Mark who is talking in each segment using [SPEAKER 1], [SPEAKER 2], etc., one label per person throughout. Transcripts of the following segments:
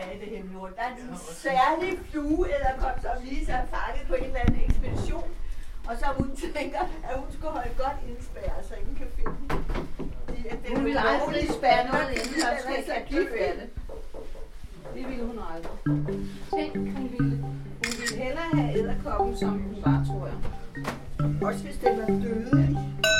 [SPEAKER 1] er i det hemmelige rum. Der er en særlig flueedderkop, som lige så er fanget på en eller anden ekspedition. Og så hun tænker, at hun skulle holde godt indspærret, så ingen kan finde den.
[SPEAKER 2] Hun vil aldrig spærre noget ind, så skal ikke have dyb af det. Det ville hun aldrig. Tænk, hun ville hellere have edderkoppen, som hun var, tror jeg.
[SPEAKER 1] Også hvis den var døde.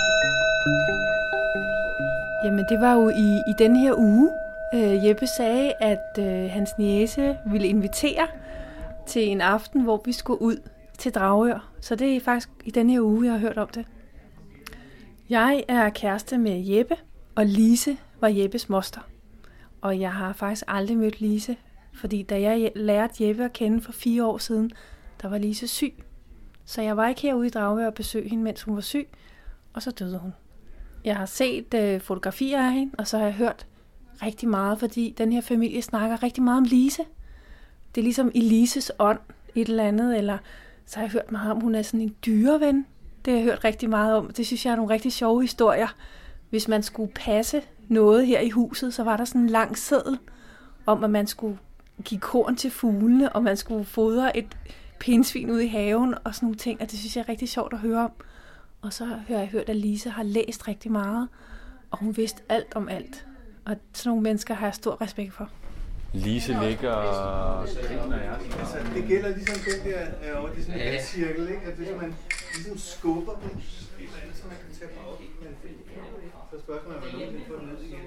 [SPEAKER 3] Jamen det var jo i den her uge. Jeppe sagde, at hans niece ville invitere til en aften, hvor vi skulle ud til Dragør. Så det er faktisk i den her uge, jeg har hørt om det. Jeg er kæreste med Jeppe, og Lise var Jeppes moster. Og jeg har faktisk aldrig mødt Lise, fordi da jeg lærte Jeppe at kende for 4 år siden, der var Lise syg. Så jeg var ikke herude i Dragør og besøgte hende, mens hun var syg, og så døde hun. Jeg har set fotografier af hende, og så har jeg hørt rigtig meget, fordi den her familie snakker rigtig meget om Lise. Det er ligesom i Lises ånd, et eller andet, eller så har jeg hørt meget om, hun er sådan en dyreven. Det har jeg hørt rigtig meget om. Det synes jeg er nogle rigtig sjove historier. Hvis man skulle passe noget her i huset, så var der sådan en lang seddel om, at man skulle give korn til fuglene, og man skulle fodre et pindsvin ud i haven, og sådan nogle ting, og det synes jeg er rigtig sjovt at høre om. Og så har jeg hørt, at Lise har læst rigtig meget, og hun vidste alt om alt. Og sådan nogle mennesker har jeg stor respekt for.
[SPEAKER 4] Lise ligger...
[SPEAKER 5] Altså, det gælder ligesom den der over det sådan en cirkel, ikke? At hvis man ligesom skubber dem, så man kan tage dem op, men så spørgsmålet er, hvor nogen får den ned igen.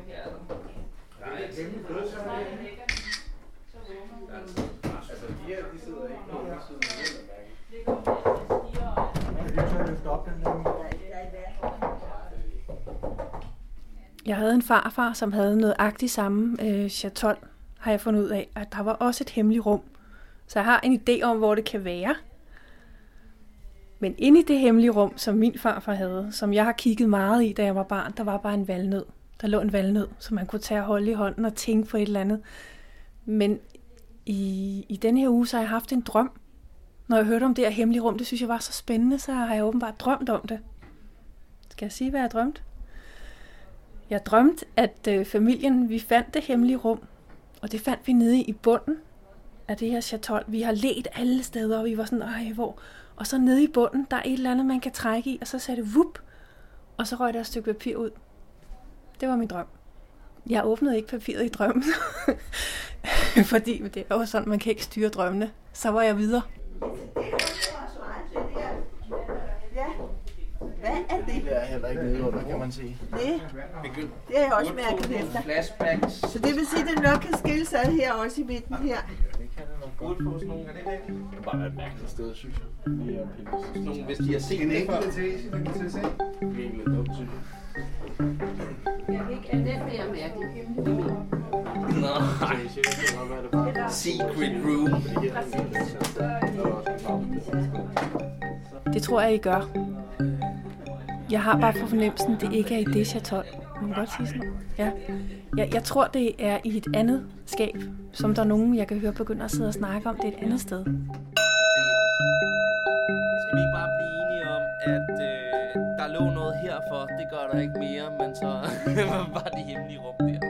[SPEAKER 5] Altså, de her, de sidder ikke på siden af den.
[SPEAKER 3] Jeg havde en farfar, som havde nøjagtigt samme chatol, har jeg fundet ud af, at der var også et hemmeligt rum. Så jeg har en idé om, hvor det kan være. Men inde i det hemmelige rum, som min farfar havde, som jeg har kigget meget i, da jeg var barn, der var bare en valnød. Der lå en valnød, som man kunne tage og holde i hånden og tænke på et eller andet. Men i den her uge, så har jeg haft en drøm. Når jeg hørte om det her hemmelige rum, det synes jeg var så spændende, så har jeg åbenbart drømt om det. Skal jeg sige, hvad jeg drømte? Jeg drømte, at familien, vi fandt det hemmelige rum, og det fandt vi nede i bunden af det her chatol. Vi har ledt alle steder, og vi var sådan, hvor? Og så nede i bunden, der er et eller andet, man kan trække i, og så sagde det vup, og så røg der et stykke papir ud. Det var min drøm. Jeg åbnede ikke papiret i drømmen, fordi det er jo sådan, man kan ikke styre drømmene. Så var jeg videre.
[SPEAKER 1] Hvad er det?
[SPEAKER 5] Det er heller ikke nede under, kan man sige.
[SPEAKER 1] Det er jeg også mærket efter.
[SPEAKER 5] Flashbacks.
[SPEAKER 1] Så det vil sige, at det nok kan skille sig her også i midten her.
[SPEAKER 5] Det kan det nok godt få sådan nogle af det. Det kan bare være et mærkeligt sted, synes jeg. Nogle, hvis de har set en enkelt etage, man kan til at se. Det er lidt dumt, synes jeg.
[SPEAKER 2] Jeg ved ikke, at den bliver mærkelig.
[SPEAKER 5] Nej.
[SPEAKER 4] Secret room.
[SPEAKER 3] Det tror jeg, I gør. Jeg har bare på fornemmelsen, det ikke er i det chatol. Må man godt sige sådan? Ja. Jeg tror, det er i et andet skab, som der er nogen, jeg kan høre begynder at sidde og snakke om. Det er et andet sted.
[SPEAKER 6] Skal vi ikke bare blive enige om, at der lå noget herfor? Det gør der ikke mere, men så var det hemmelige rum der.